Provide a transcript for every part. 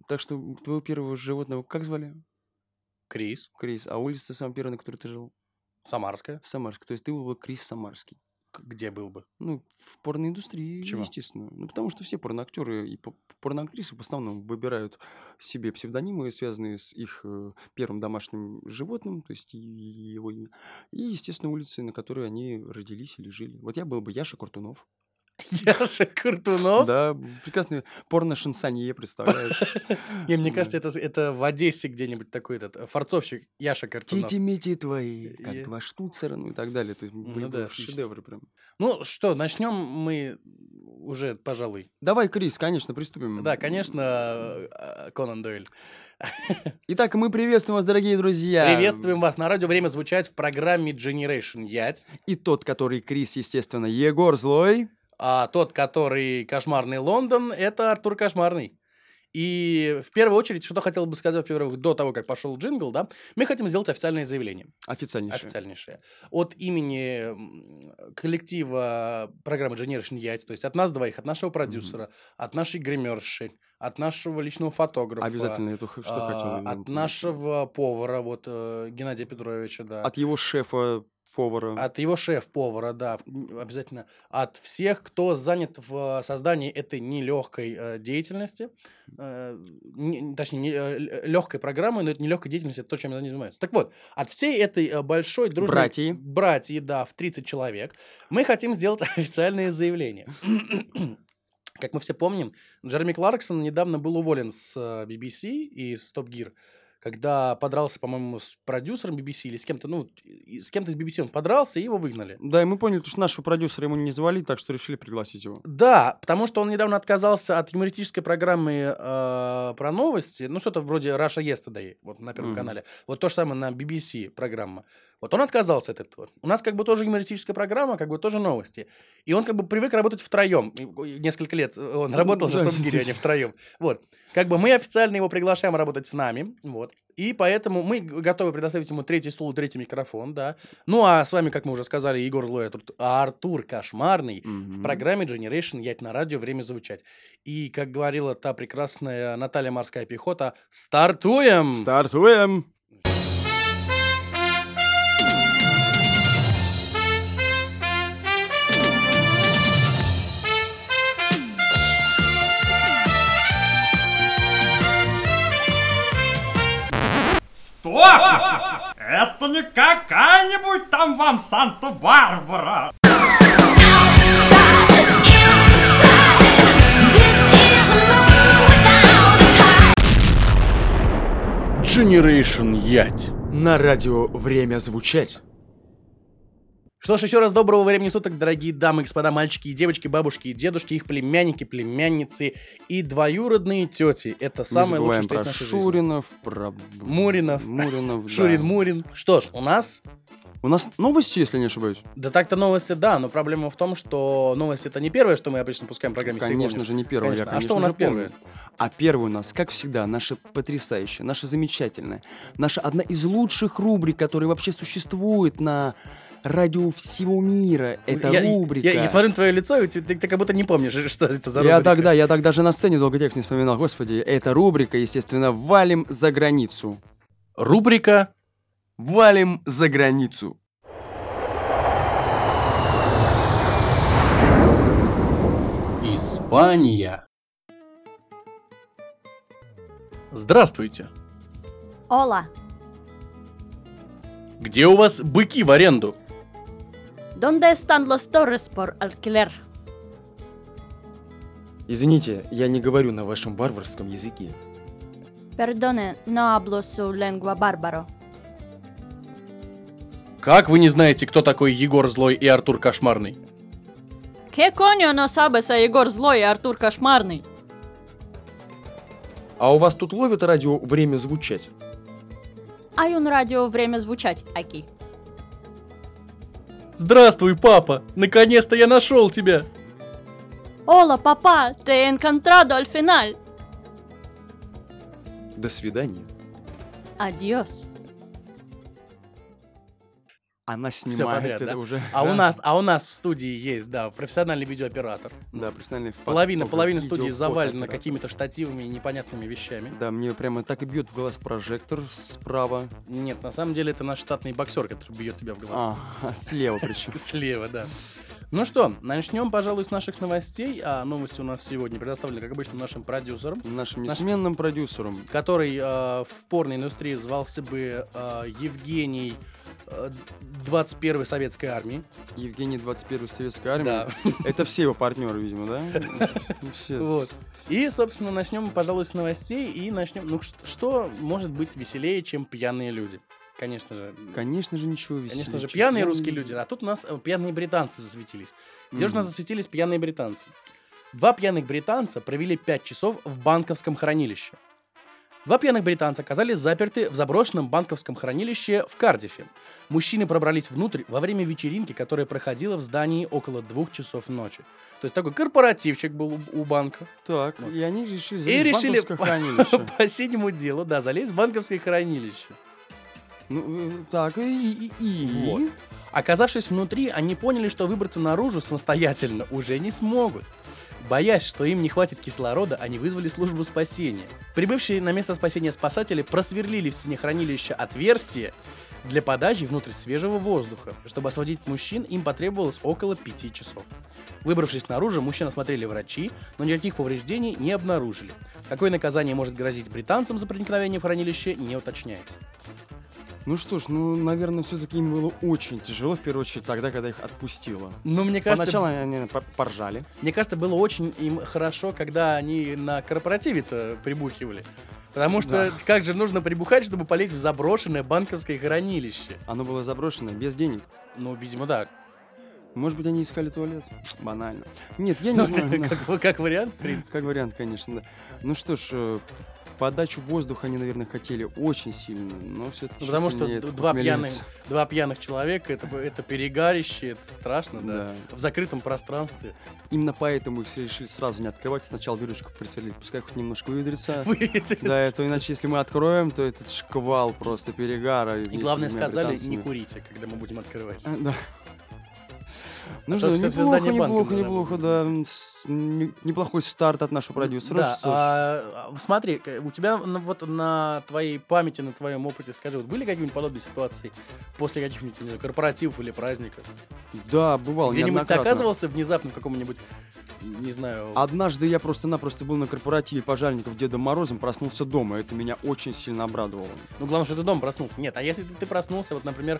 Так что твоего первого животного как звали? Крис. Крис. А улица самая первая, на которой ты жил? Самарская. Самарская. То есть ты был бы Крис Самарский. Где был бы? Ну, в порноиндустрии, Почему? естественно. Ну, потому что все порноактеры и порноактрисы в основном выбирают себе псевдонимы, связанные с их первым домашним животным, то есть его имя, и, естественно, улицы, на которой они родились или жили. Вот я был бы Яша Куртунов. Яша Куртунов? Да, прекрасный порно-шансонье, представляешь? Не, мне Да. кажется, это в Одессе где-нибудь такой этот форцовщик Яша Куртунов. Тети-мети твои, как Е- два штуцера, ну и так далее. То есть были Ну бы да, отлично. шедевры прям. Ну что, начнем мы уже, пожалуй. Давай, Крис, конечно, приступим. Да, конечно, Конан Дойль. Итак, мы приветствуем вас, дорогие друзья. Приветствуем вас на радио «Время звучать» в программе Generation Ять. И тот, который Крис, естественно, Егор Злой. А тот, который «Кошмарный Лондон», это Артур Кошмарный. И в первую очередь, что хотел бы сказать, во-первых, до того, как пошел джингл, да, мы хотим сделать официальное заявление. Официальнейшее. От имени коллектива программы Generation Ять, то есть от нас двоих, от нашего продюсера, от нашей гримерши, от нашего личного фотографа. Обязательно эту что хотел. От нашего повара, вот Геннадия Петровича, да. От его шефа повара. От его шеф-повара, да, обязательно. От всех, кто занят в создании этой нелегкой деятельности, точнее, легкой программы, но это не легкая деятельность, это то, чем они занимаются. Так вот, от всей этой большой дружной... Братьи, да, в 30 человек, мы хотим сделать официальное заявление. Как мы все помним, Джереми Кларксон недавно был уволен с BBC и с Top Gear, когда подрался, по-моему, с продюсером BBC или с кем-то, ну, с кем-то из BBC он подрался, и его выгнали. Да, и мы поняли, что нашего продюсера ему не звали, так что решили пригласить его. Да, потому что он недавно отказался от юмористической программы про новости, ну, что-то вроде Russia Yesterday, вот на Первом канале. Вот то же самое на BBC программа. Вот он отказался от этого. У нас как бы тоже юмористическая программа, как бы тоже новости. И он как бы привык работать втроем. Несколько лет он работал же в Top Gear, а не втроем. Вот. Как бы мы официально его приглашаем работать с нами. Вот. И поэтому мы готовы предоставить ему третий стул, третий микрофон, да. Ну, а с вами, как мы уже сказали, Егор Злой, Артур Кошмарный в программе Generation Ять на радио «Время звучать». И, как говорила та прекрасная Наталья Морская пехота, стартуем! Стартуем! Стоп! Это не какая-нибудь там вам Санта-Барбара! Generation Ять. На радио «Время звучать». Что ж, еще раз доброго времени суток, дорогие дамы, господа, мальчики и девочки, бабушки и дедушки, их племянники, племянницы и двоюродные тети. Это самое лучшее, что есть в нашей жизни. Шуринов, про Муринов, да. Шурин-Мурин. Что ж, у нас новости, если не ошибаюсь. Да так-то новости, да, но проблема в том, что новости это не первое, что мы обычно пускаем в программе. Конечно же, не первое. А что у нас первое? А первое у нас, как всегда, наша потрясающая, наша замечательная, наша одна из лучших рубрик, которая вообще существует на радио всего мира. Это рубрика. Я смотрю на твое лицо, и ты как будто не помнишь, что это за рубрика. Я так даже на сцене долго текст не вспоминал. Господи, это рубрика, естественно, «Валим за границу». Рубрика «Валим за границу». Испания. Здравствуйте. Hola. Где у вас быки в аренду? ¿Dónde están los torres por alquiler? Извините, я не говорю на вашем варварском языке. Perdone, no hablo su lengua bárbaro. Как вы не знаете, кто такой Егор Злой и Артур Кошмарный? ¿Qué coño no sabes a Егор Злой и Артур Кошмарный? А у вас тут ловит радио «Время звучать»? Hay un radio «Время звучать» aquí. Здравствуй, папа! Наконец-то я нашел тебя! Hola, papá, te he encontrado al final. До свидания. Adiós. Она Все снимает подряд, это да? уже. А у да. нас в студии есть, да, профессиональный видеооператор. Да, профессиональный Половина студии видео, завалена фотооператор. какими-то штативами и непонятными вещами. Да, мне прямо так и бьет в глаз прожектор справа. Нет, на самом деле это наш штатный боксер, который бьет тебя в глаз. Слева причем. Слева, да. Ну что, начнем, пожалуй, с наших новостей. А новости у нас сегодня предоставлены, как обычно, нашим продюсером, Нашим несменным продюсером. который в порноиндустрии звался бы Евгений 21-й Советской Армии. Евгений 21-й Советской Армии. Да. Это все его партнеры, видимо, да? Все. Вот. И, собственно, начнем, пожалуй, с новостей. И начнем. Ну, что может быть веселее, чем пьяные люди? Конечно же. Конечно же, ничего веселее. Конечно же, чем пьяные русские люди. А тут у нас пьяные британцы засветились. Где же у нас засветились пьяные британцы? 2 пьяных британца провели 5 часов в банковском хранилище. 2 пьяных британца оказались заперты в заброшенном банковском хранилище в Кардифе. Мужчины пробрались внутрь во время вечеринки, которая проходила в здании около 2 часов ночи. То есть такой корпоративчик был у банка. Так, Вот. и они решили И залезть в решили банковское хранилище. по синему делу, да, залезть в банковское хранилище. Ну, так, и... Вот. Оказавшись внутри, они поняли, что выбраться наружу самостоятельно уже не смогут. Боясь, что им не хватит кислорода, они вызвали службу спасения. Прибывшие на место спасения спасатели просверлили в стене хранилища отверстие для подачи внутрь свежего воздуха. Чтобы освободить мужчин, им потребовалось около 5 часов. Выбравшись наружу, мужчин осмотрели врачи, но никаких повреждений не обнаружили. Какое наказание может грозить британцам за проникновение в хранилище, не уточняется. Ну что ж, наверное, все-таки им было очень тяжело, в первую очередь, тогда, когда их отпустило. Но мне кажется, Поначалу они поржали. Мне кажется, было очень им хорошо, когда они на корпоративе-то прибухивали. Потому что как же нужно прибухать, чтобы полезть в заброшенное банковское хранилище? Оно было заброшено, без денег. Ну, видимо, да. Может быть, они искали туалет? Банально. Нет, я не знаю. Как вариант, в принципе. Как вариант, конечно, да. Ну что ж, подачу воздуха они, наверное, хотели очень сильно, но все-таки... Ну, потому что два пьяных человека, это перегарище, это страшно, да. В закрытом пространстве. Именно поэтому их все решили сразу не открывать, сначала дырочку присверлить, пускай хоть немножко выветрится. Да, это иначе, если мы откроем, то этот шквал просто перегара. И главное, сказали, не курите, когда мы будем открывать. Да. Ну что, что, неплохо, да. будет. Неплохой старт от нашего продюсера. Да, смотри, у тебя вот на твоей памяти, на твоем опыте, скажи, вот были какие-нибудь подобные ситуации после каких-нибудь, не знаю, корпоративов или праздников? Да, бывал, Где-нибудь ты неоднократно. оказывался внезапно в каком-нибудь, не знаю... Однажды я просто-напросто был на корпоративе пожарников Дедом Морозом, проснулся дома. Это меня очень сильно обрадовало. Ну, главное, что ты дома проснулся. Нет, а если ты проснулся, вот, например,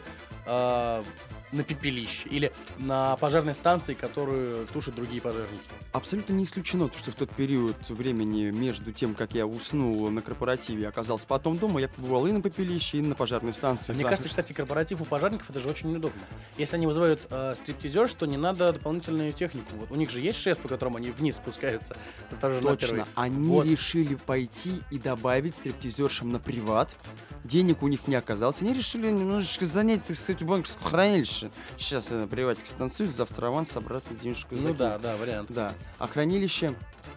на пепелище или на пожарной станции, которую тушат другие пожарники? Абсолютно не исключено, что в тот период времени между тем, как я уснул на корпоративе и оказался потом дома, я побывал и на пепелище, и на пожарной станции. Мне кажется, кстати, корпоратив у пожарников это же очень неудобно. Если они вызывают стриптизерш, то не надо дополнительную технику. Вот у них же есть шест, по которому они вниз спускаются. Точно, они решили пойти и добавить стриптизершам на приват. Денег у них не оказалось. Они решили немножечко занять, так сказать, банковское хранилище. Сейчас я на приватике станцую, завтра аванс, обратно денежку закину. Ну да, вариант. Да. А хранилище,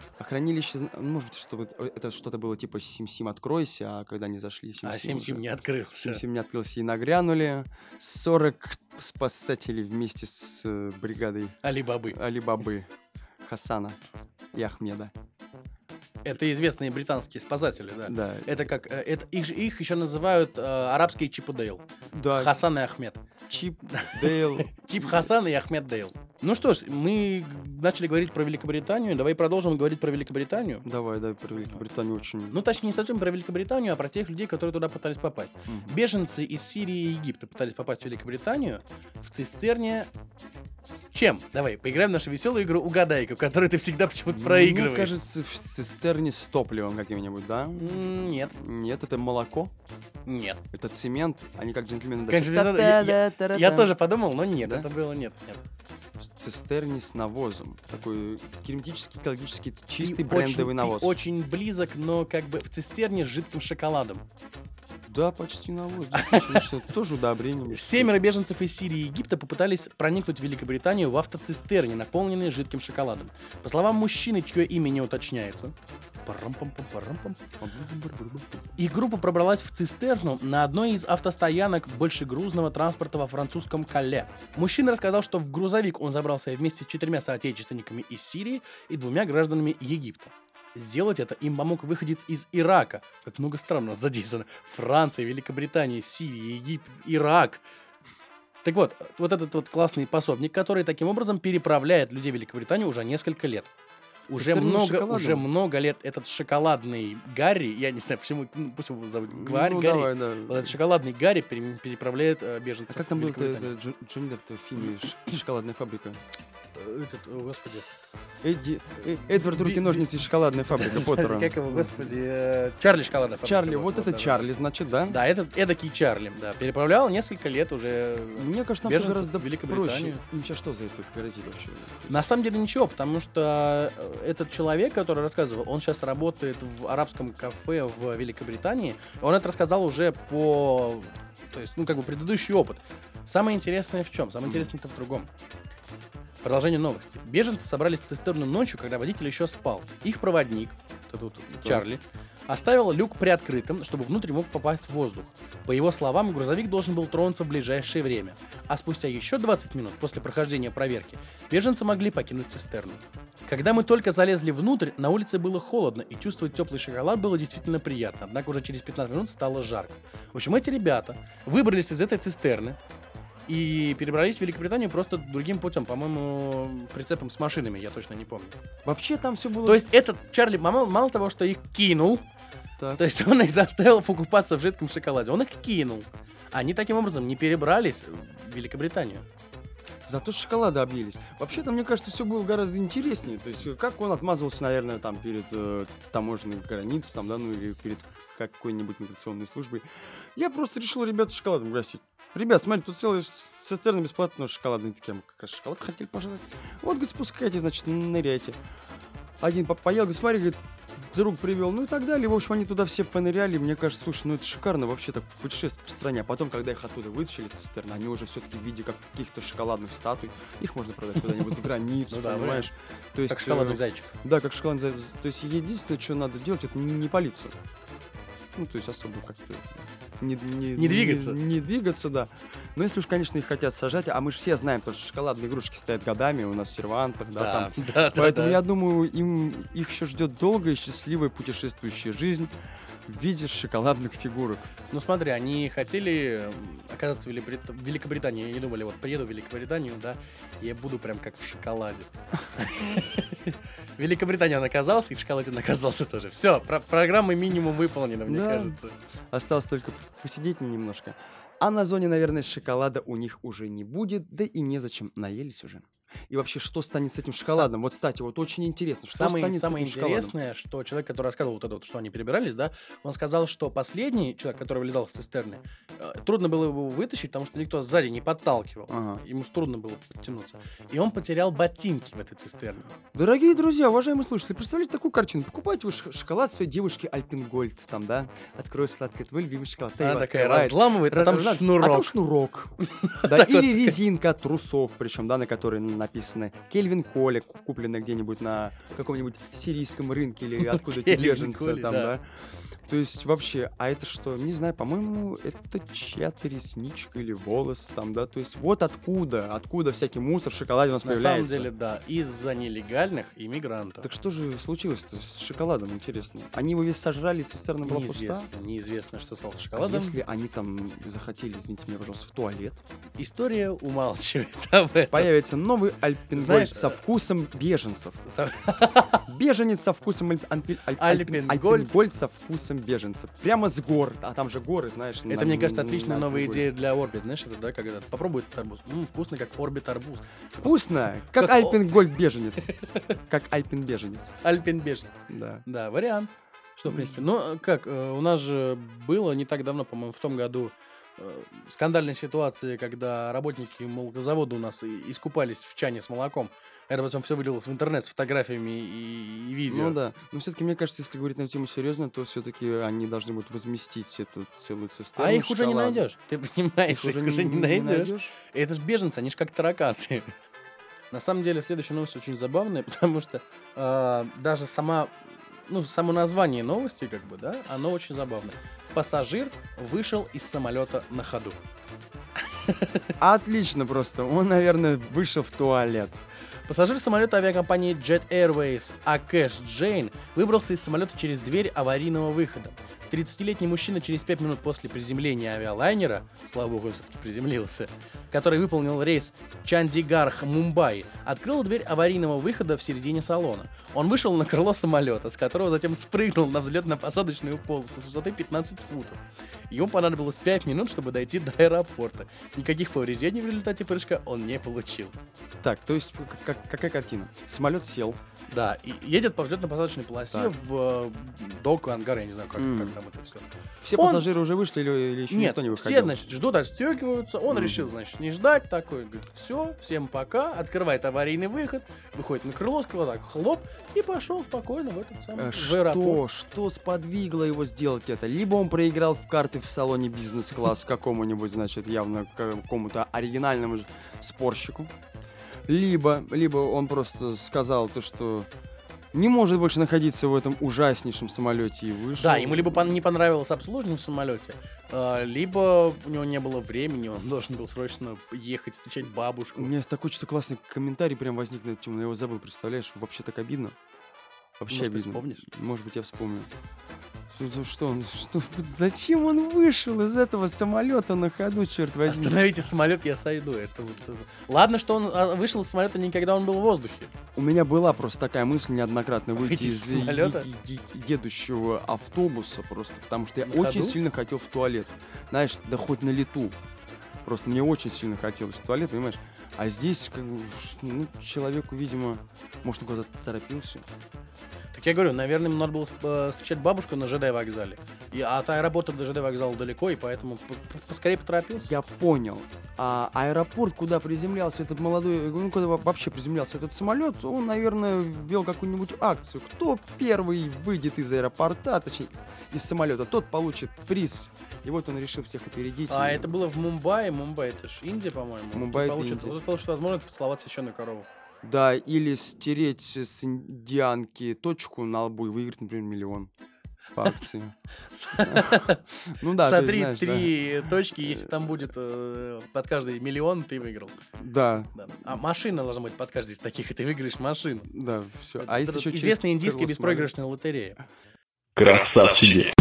может быть, чтобы это что-то было типа «Сим-Сим, откройся», а когда они зашли, «Сим-Сим». А Сим-Сим не открылся. «Сим-Сим» не открылся и нагрянули 40 спасателей вместе с бригадой Али-Бабы, Хасана и Ахмеда. Это известные британские спасатели, да. Да. Это как их еще называют арабские Чип и Дейл. Да. Хасан и Ахмед. Чип, Дейл. Чип Хасан и Ахмед Дейл. Ну что ж, мы начали говорить про Великобританию. Давай продолжим говорить про Великобританию. Давай, про Великобританию очень... Ну, точнее, не совсем про Великобританию, а про тех людей, которые туда пытались попасть. Беженцы из Сирии и Египта пытались попасть в Великобританию в цистерне... С чем? Давай, поиграем в нашу веселую игру «Угадайку», которую ты всегда почему-то проигрываешь. Мне кажется, в цистерне с топливом каким-нибудь, да? Нет. Нет, это молоко? Нет. Это цемент? Они как джентльмены... Я тоже подумал, но нет, это было нет. В цистерне с навозом. Такой герметический, экологически чистый брендовый навоз. Ты очень близок, но как бы в цистерне с жидким шоколадом. Да, почти на воздух. Конечно, тоже удобрение. 7 беженцев из Сирии и Египта попытались проникнуть в Великобританию в автоцистерне, наполненной жидким шоколадом. По словам мужчины, чье имя не уточняется, их группа пробралась в цистерну на одной из автостоянок большегрузного транспорта во французском Кале. Мужчина рассказал, что в грузовик он забрался вместе с 4 соотечественниками из Сирии и 2 гражданами Египта. Сделать это им помог выходец из Ирака. Как много стран у нас задействовано. Франция, Великобритания, Сирия, Египет, Ирак. Так вот, вот этот вот классный пособник, который таким образом переправляет людей в Великобританию уже несколько лет. Уже много лет этот шоколадный Гарри, я не знаю, почему, пусть его зовут Гарри, давай, да. вот этот шоколадный Гарри переправляет беженцев А как там в был-то Великобританию. Джонни Депп в фильме «Шоколадная фабрика»? Господи. Эдвард Руки-ножницы и «Шоколадная фабрика» Поттера. Как его, господи, Чарли шоколадная фабрика. Чарли, вот это да. Чарли, значит, да? Да, этот эдакий Чарли, да, переправлял несколько лет уже Мне кажется, там все беженцев гораздо в Великобританию. проще. Им сейчас что за это грозит вообще? На самом деле ничего, потому что этот человек, который рассказывал, он сейчас работает в арабском кафе в Великобритании. Он это рассказал уже по, то есть, предыдущий опыт. Самое интересное в чем? Самое интересное-то в другом. Продолжение новости. Беженцы собрались в цистерну ночью, когда водитель еще спал. Их проводник, Чарли, оставил люк приоткрытым, чтобы внутрь мог попасть воздух. По его словам, грузовик должен был тронуться в ближайшее время. А спустя еще 20 минут после прохождения проверки беженцы могли покинуть цистерну. Когда мы только залезли внутрь, на улице было холодно, и чувствовать теплый шоколад было действительно приятно. Однако уже через 15 минут стало жарко. В общем, эти ребята выбрались из этой цистерны и перебрались в Великобританию просто другим путем, по-моему, прицепом с машинами, я точно не помню. Вообще там все было... То есть этот Чарли мало того, что их кинул, Так. то есть он их заставил покупаться в жидком шоколаде, он их кинул. Они таким образом не перебрались в Великобританию. Зато шоколады объелись. Вообще-то, мне кажется, все было гораздо интереснее. То есть, как он отмазывался, наверное, там перед таможенной границей, там, да, ну или перед какой-нибудь миграционной службой. Я просто решил ребят шоколадом угостить. Ребят, смотри, тут целая цистерна бесплатного шоколадные такие. Мы как раз шоколад хотели пожрать. Вот, говорит, спускайте, значит, ныряйте. Один поел, говорит, смотри, говорит, друг привел, ну и так далее. В общем, они туда все поныряли. Мне кажется, слушай, ну это шикарно вообще так путешествовать по стране. А потом, когда их оттуда вытащили из цистерны, они уже все-таки в виде каких-то шоколадных статуй. Их можно продать куда-нибудь за границу, Ну да, понимаешь? То есть, Как шоколадный зайчик. Да, как шоколадный зайчик. То есть единственное, что надо делать, это не палиться. Ну, то есть особо как-то не двигаться. Не двигаться, да. Но если уж, конечно, их хотят сажать, а мы же все знаем, что шоколадные игрушки стоят годами у нас в сервантах, да, там. Да, Поэтому да. я думаю, их еще ждет долгая и счастливая путешествующая жизнь в виде шоколадных фигурок. Ну смотри, они хотели оказаться в Великобритании. Они думали, вот приеду в Великобританию, да, и я буду прям как в шоколаде. В Великобритании он оказался, и в шоколаде он оказался тоже. Все, программа минимум выполнена, мне Да. кажется. Осталось только посидеть немножко. А на зоне, наверное, шоколада у них уже не будет, да и незачем, наелись уже. И вообще, что станет с этим шоколадом? Вот, кстати, вот очень интересно, что станет с Самое этим шоколадом? интересное, что человек, который рассказывал вот это вот, что они перебирались, да, он сказал, что последний человек, который вылезал из цистерны, трудно было его вытащить, потому что никто сзади не подталкивал. Ага. Ему трудно было подтянуться. И он потерял ботинки в этой цистерне. Дорогие друзья, уважаемые слушатели, представляете такую картину? Покупайте вы шоколад своей девушке Альпенгольд, там, да? Открой сладкий твой любимый шоколад. Ты Она его такая открываешь. разламывает, а там А там шнурок. шнурок. Да, или резинка от трусов, причем, да, на которой написано Кельвин Коля, купленная где-нибудь на каком-нибудь сирийском рынке или откуда-то Кельвин беженцы Коля, там, да. да. То есть вообще, а это что? Не знаю, по-моему, это чья-то ресничка или волос там, да? То есть вот откуда всякий мусор в шоколаде у нас На самом появляется. деле, да, из-за нелегальных иммигрантов. Так что же случилось-то с шоколадом, интересно? Они его весь сожрали, цистерна была пуста? Неизвестно, что стало с А шоколадом. если они там захотели, извините меня, пожалуйста, в туалет, История умалчивает об этом. появится новый Альпенгольд Знаешь, со вкусом беженцев. Со- Беженец со вкусом Альпенгольд. Альпенгольд со вкусом беженца. Прямо с гор. А там же горы, знаешь. Это, мне кажется, отличная новая идея для Орбит. Знаешь, это, да, когда попробуй этот арбуз. Вкусно, как Орбит арбуз. Вкусно, как Как Альпенгольд беженец. Как Альпен беженец. Альпин бежит. Да. Да, вариант. Что, в принципе, ну, как, у нас же было не так давно, по-моему, в том году скандальной ситуации, когда работники молокозавода у нас искупались в чане с молоком. Это потом все вылилось в интернет с фотографиями и Ну видео. да. Но все-таки, мне кажется, если говорить на тему серьезно, то все-таки они должны будут возместить эту целую А цистерну их уже не шоколада. найдешь. Ты понимаешь, Их уже их уже не не найдешь. найдешь. Это ж беженцы, они ж как тараканы. На самом деле, следующая новость очень забавная, потому что даже само название новости, как бы, да, оно очень забавное. Пассажир вышел из самолета на ходу. Отлично просто. Он, наверное, вышел в туалет. Пассажир самолета авиакомпании Jet Airways Акэш Джейн выбрался из самолета через дверь аварийного выхода. 30-летний мужчина через 5 минут после приземления авиалайнера, слава богу, он все-таки приземлился, который выполнил рейс Чандигарх-Мумбаи, открыл дверь аварийного выхода в середине салона. Он вышел на крыло самолета, с которого затем спрыгнул на взлетно-посадочную полосу с высоты 15 футов. Ему понадобилось 5 минут, чтобы дойти до аэропорта. Никаких повреждений в результате прыжка он не получил. Так, то есть какая картина? Самолет сел. Да, и едет по взлетно-посадочной полосе Так. в док ангар, я не знаю, как там это все. Все Он- пассажиры уже вышли или еще Нет, никто не все, выходил? значит, ждут, отстегиваются. Он решил, значит, не ждать такой. Говорит, все, всем пока. Открывает аварийный выход, выходит на крыло, с крыла так, хлоп, и пошел спокойно в этот самый в аэропорт. Что сподвигло его сделать это? Либо он проиграл в карты в салоне бизнес-класс какому-нибудь, значит, явно какому-то оригинальному спорщику. Либо он просто сказал то, что не может больше находиться в этом ужаснейшем самолете и вышел. Да, ему либо не понравилось обслуживание в самолете, либо у него не было времени, он должен был срочно ехать встречать У бабушку. меня такой что-то классный комментарий прям возник на эту тему, но я его забыл, представляешь? Вообще так обидно. Вообще Может, ты обидно. вспомнишь? Может быть, я вспомню. Зачем он вышел из этого самолета на ходу, черт возьми? Остановите самолет, я сойду. Ладно, что он вышел из самолета не когда он был в воздухе. У меня была просто такая мысль неоднократно выйти Выйти из из самолета? едущего автобуса просто, потому что я На очень ходу? сильно хотел в туалет. Знаешь, да хоть на лету. Просто мне очень сильно хотелось в туалет, понимаешь? А здесь, как бы, человеку, видимо, может, он куда-то торопился. Так я говорю, наверное, ему надо было встречать бабушку на ЖД вокзале. И от аэропорта до ЖД вокзала далеко, и поэтому поскорее поторопился. Я понял. А аэропорт, куда приземлялся этот молодой, куда вообще приземлялся этот самолет, он, наверное, ввел какую-нибудь акцию. Кто первый выйдет из аэропорта, точнее, из самолета, тот получит приз. И вот он решил всех опередить. А и- это было в Мумбаи. Мумбай, это ж Индия, по-моему. Мумбай Тут это получит, Индия. тут получит возможность поцеловать священную корову. Да, или стереть с индианки точку на лбу и выиграть, например, 1 000 000 по акции. Ну да, ты Сотри знаешь, да. 3 точки, если там будет под каждый 1 000 000, ты выиграл. Да, Да. А машина должна быть под каждой из таких, и ты выиграешь машину. да, все. Это А если еще известная индийская беспроигрышная лотерея. Красавчики.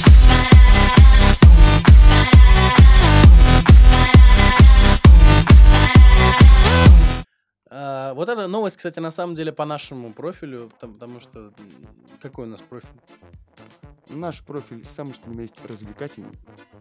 Вот эта новость, кстати, на самом деле по нашему профилю, потому что какой у нас профиль? Наш профиль самый что ни на есть развлекательный.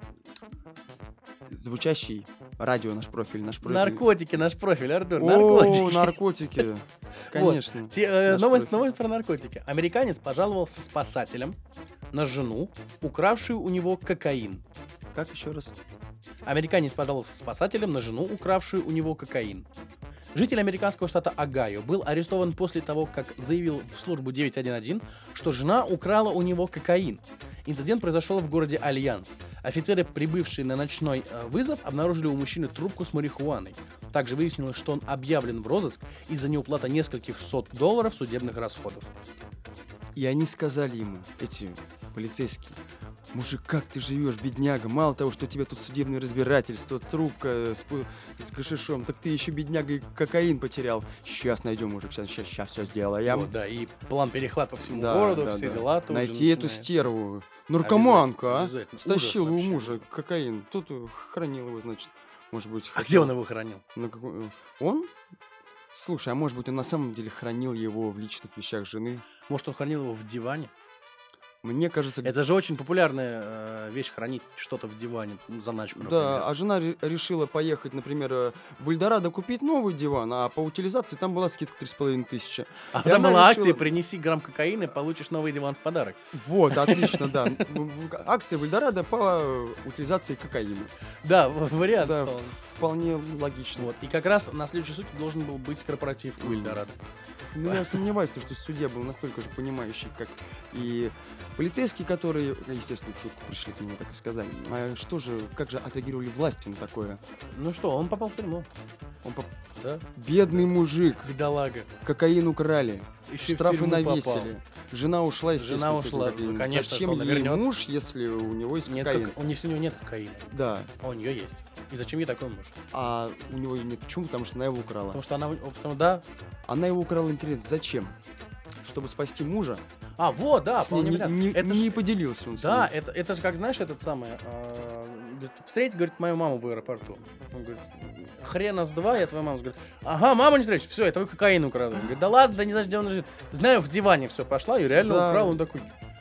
Звучащий радио наш профиль. Наркотики, наш профиль, Артур, О, наркотики. наркотики. Конечно. Наш Новость профиль. про наркотики. Американец пожаловался спасателям на жену, укравшую у него кокаин. Как еще раз? Американец пожаловался спасателям на жену, укравшую у него кокаин. Житель американского штата Огайо был арестован после того, как заявил в службу 911, что жена украла у него кокаин. Инцидент произошел в городе Альянс. Офицеры, прибывшие на ночной вызов, обнаружили у мужчины трубку с марихуаной. Также выяснилось, что он объявлен в розыск из-за неуплаты нескольких сот долларов судебных расходов. И они сказали ему, эти полицейские: мужик, как ты живешь, бедняга? Мало того, что у тебя тут судебное разбирательство, трубка с кашишом, так ты еще, бедняга, и кокаин потерял. Сейчас найдем, мужик, сейчас все сделаем. Вот, да, и план перехват по всему Да, городу, да, все да. дела. тут же Найти эту начинается. стерву. Наркоманка, а? Обязательно. Стащил Ужас у вообще. мужа кокаин. Тут хранил его, значит. Может быть, А где он его хранил? Он? Слушай, а может быть, он на самом деле хранил его в личных вещах жены? Может, он хранил его в диване? Мне кажется, Это же очень популярная вещь хранить что-то в диване, заначку, например. да, а жена решила поехать, например, в Эльдорадо купить новый диван, а по утилизации там была скидка 3500. А И потом она была решила- акция «Принеси грамм кокаина, получишь новый диван в подарок». Вот, отлично, да. Акция в Эльдорадо по утилизации кокаина. Да, вариант. Да, вполне. вполне логично. Вот. И как раз на следующей сутки должен был быть корпоратив у Эльдорадо. Ну, я сомневаюсь, что судья был настолько же понимающий, как и полицейские, которые, естественно, в шутку пришли к нему, так и сказали. А что же, как же отреагировали власти на такое? Ну что, он попал в тюрьму. Он Да? Бедный мужик, Бедолага. кокаин украли, Еще и в штрафы тюрьму навесили. попал. Жена ушла, естественно, Жена с этим ушла, кокаином. ну, конечно, Зачем что он ей вернется? муж, если у него есть Нет, кокаин? если у нее нет кокаина, Да, а у нее есть. И зачем ей такой муж? а у него нет. Почему? Потому что она его украла. Потому что да. Она его украла, интерес. Зачем? Чтобы спасти мужа? А, вот, да, С ней вполне вероятно. Это не ж- поделился он с Да, ней. это же как, знаешь, этот самый... говорит, встреть, говорит, мою маму в аэропорту. Он говорит, хрена с два, я твою маму. Говорит, ага, мама не встретишь, все, я твой кокаин украл. Он говорит, да ладно, да не знаешь, где он лежит. Знаю, в диване все пошла, и реально Да. украл, он такой...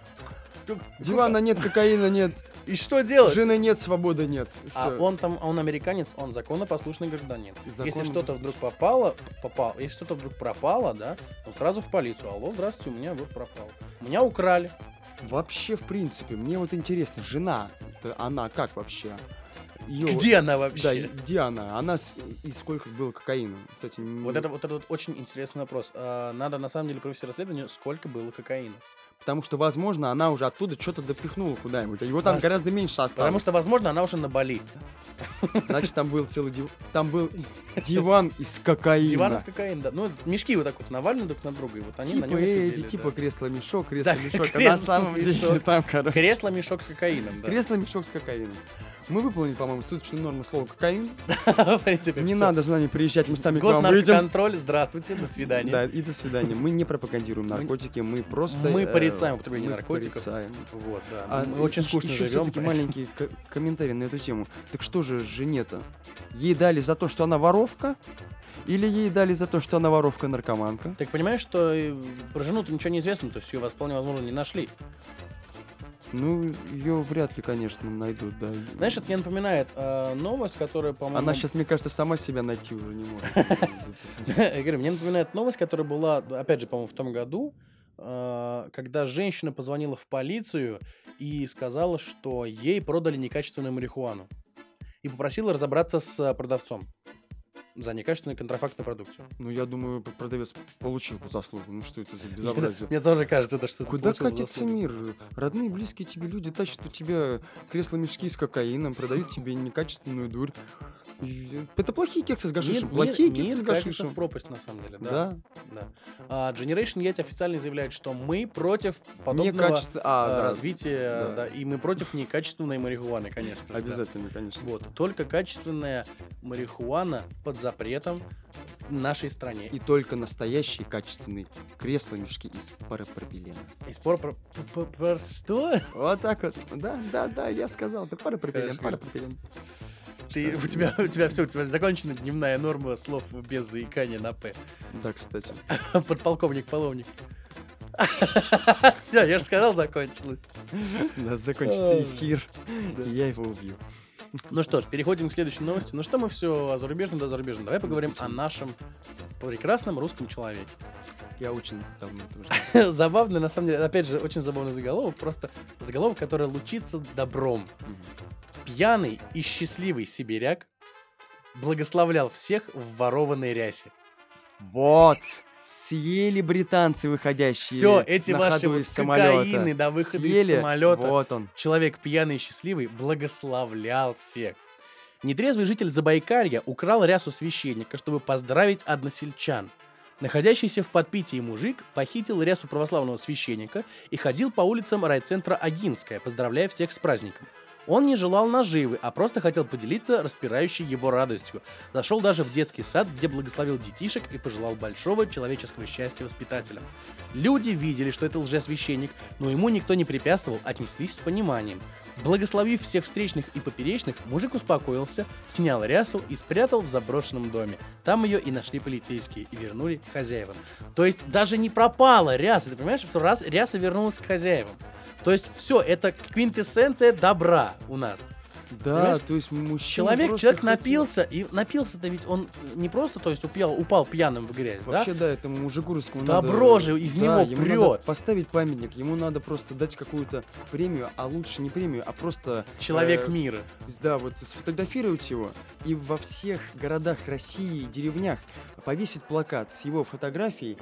Дивана нет, кокаина нет, И что делать? жены нет, свободы нет. А Всё. он американец, он законопослушный гражданин. Если Закон- что-то вдруг если что-то вдруг пропало, да, он сразу в полицию. Алло, здравствуйте, у меня вот пропало. Меня украли. Вообще, в принципе, мне вот интересно, жена, она как вообще? Её- Где она Да, вообще? и где она? Она и сколько было кокаина? Кстати, Вот это вот очень интересный вопрос. Надо на самом деле провести расследование, сколько было кокаина. Потому что, возможно, она уже оттуда что-то допихнула куда-нибудь. а Его там Воз- гораздо меньше осталось. Потому что, возможно, она уже на Бали. Значит, там был целый диван. Там был диван из кокаина. Диван из кокаина, да. Ну, мешки вот так вот навалены друг на друга, и вот они на Типа нем и эти, сидели, типа да. кресло-мешок, Да, кресло-мешок. А на самом деле кресло-мешок. там, короче, Кресло-мешок с кокаином, да. кресло-мешок с кокаином. Мы выполнили, по-моему, суточную норму слова кокаин. В принципе, Не всё. надо за нами приезжать, мы сами к вам выйдем. Госнаркоконтроль, здравствуйте, до свидания. Да, и до свидания. Мы не пропагандируем наркотики, мы просто... Мы порицаем употребление мы наркотиков. порицаем. Вот, да. А Мы очень скучно еще живем. все-таки маленький комментарий на эту тему. Так что же жене-то? Ей дали за то, что она воровка? Или ей дали за то, что она воровка-наркоманка? Так понимаешь, что про жену-то ничего не известно, то есть ее вполне возможно не нашли. Ну, ее вряд ли, конечно, найдут, да. Знаешь, это мне напоминает новость, которая, по-моему... Она сейчас, мне кажется, сама себя найти уже не может. Я говорю, мне напоминает новость, которая была, опять же, по-моему, в том году, когда женщина позвонила в полицию и сказала, что ей продали некачественную марихуану. И попросила разобраться с продавцом за некачественную контрафактную продукцию. Ну, я думаю, продавец получил по заслугам. Ну, что это за безобразие? Мне тоже кажется, это что-то Куда получил катится заслугу. мир? Родные, близкие тебе люди тащат у тебя кресло-мешки с кокаином, продают тебе некачественную дурь. Это плохие кексы с гашишем. Плохие кексы с мир катится гашишем. в пропасть, на самом деле, да. Да. Да. Generation Yeti официально заявляет, что мы против подобного Да. развития, Да. да, и мы против некачественной марихуаны, конечно же. да. Обязательно, конечно. Вот, только качественная марихуана под запретом в нашей стране. И только настоящие качественные кресло-мешки из парапропилена. И спор про что? Вот так вот. Да, я сказал. Это парапропилен, Хорошо. парапропилен. У тебя все, у тебя закончена дневная норма слов без заикания на «п». Да, кстати. Подполковник Половник. Все, я же сказал, закончилось. У нас закончится эфир, и я его убью. Ну что ж, переходим к следующей новости. Ну что мы все о зарубежном да зарубежном. Давай поговорим о нашем прекрасном русском человеке. Я очень давно этого ждал. Забавный, на самом деле, опять же, очень забавный заголовок. Просто заголовок, который лучится добром. Пьяный и счастливый сибиряк благословлял всех в ворованной рясе. Вот! Съели британцы, выходящие Все, эти на ваши ходу вот из самолета. кокаины до выхода Съели? из самолета. Вот он. Человек пьяный и счастливый благословлял всех. Нетрезвый житель Забайкалья украл рясу священника, чтобы поздравить односельчан. Находящийся в подпитии мужик похитил рясу православного священника и ходил по улицам райцентра Агинская, поздравляя всех с праздником. Он не желал наживы, а просто хотел поделиться распирающей его радостью. Зашел даже в детский сад, где благословил детишек и пожелал большого человеческого счастья воспитателям. Люди видели, что это лжесвященник, но ему никто не препятствовал, отнеслись с пониманием. Благословив всех встречных и поперечных, мужик успокоился, снял рясу и спрятал в заброшенном доме. Там ее и нашли полицейские, и вернули к хозяевам. То есть даже не пропала ряса, ты понимаешь, что ряса вернулась к хозяевам. То есть все, это квинтэссенция добра у нас. Да, понимаешь? то есть мужчина Человек хотел- напился, и напился-то ведь он не просто, то есть упал пьяным в грязь, Вообще, да? да, этому мужику русскому Добро надо... же из да, него ему прет. надо поставить памятник, ему надо просто дать какую-то премию, а лучше не премию, а просто... Человек э, мира. Да, вот сфотографировать его и во всех городах России и деревнях повесить плакат с его фотографией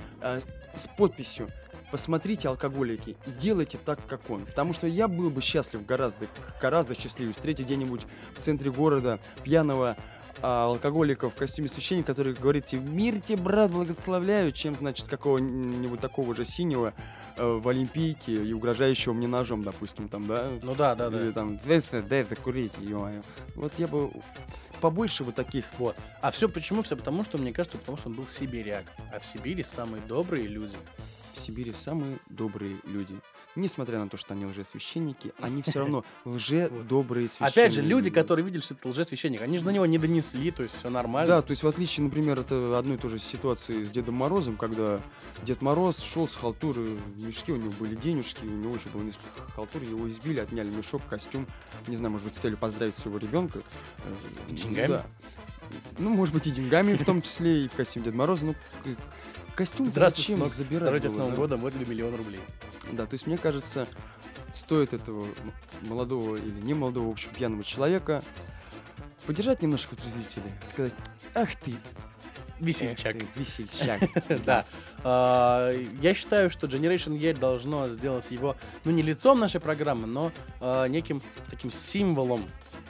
с подписью «Посмотрите, алкоголики, и делайте так, как он». Потому что я был бы счастлив, гораздо счастливее встретить где-нибудь в центре города пьяного алкоголика в костюме священника, который говорит тебе: «Мир тебе, брат, благословляю», чем, значит, какого-нибудь такого же синего в Олимпийке и угрожающего мне ножом, допустим, там, да? Ну да. Или там, дай это курить, ё-моё. Вот я бы побольше вот таких. Вот. А все почему? Все потому, что, мне кажется, потому что он был сибиряк. А в Сибири самые добрые люди. В Сибири самые добрые люди. Несмотря на то, что они лжесвященники, они все равно лже-добрые священники. Опять же, люди, которые видели, что это лжесвященник, они же на него не донесли, то есть все нормально. Да, то есть в отличие, например, это одной и той же ситуации с Дедом Морозом, когда Дед Мороз шел с халтуры в мешке, у него были денежки, у него еще было несколько халтур, его избили, отняли мешок, костюм, не знаю, может быть, с целью поздравить своего ребенка. Деньгами? Да. Ну, может быть, и деньгами в том числе, и в костюм Деда Мороза, но костюм Здравствуйте, зачем сынок. забирать Здравствуйте с было, Новым да? годом, вот тебе 1 000 000 рублей. Да, то есть, мне кажется, стоит этого молодого или не молодого, в общем, пьяного человека подержать немножко отрезвителя, сказать: «Ах ты, Весельчак. эх ты, весельчак». Да. Я считаю, что Generation Yell должно сделать его, ну, не лицом нашей программы, но неким таким символом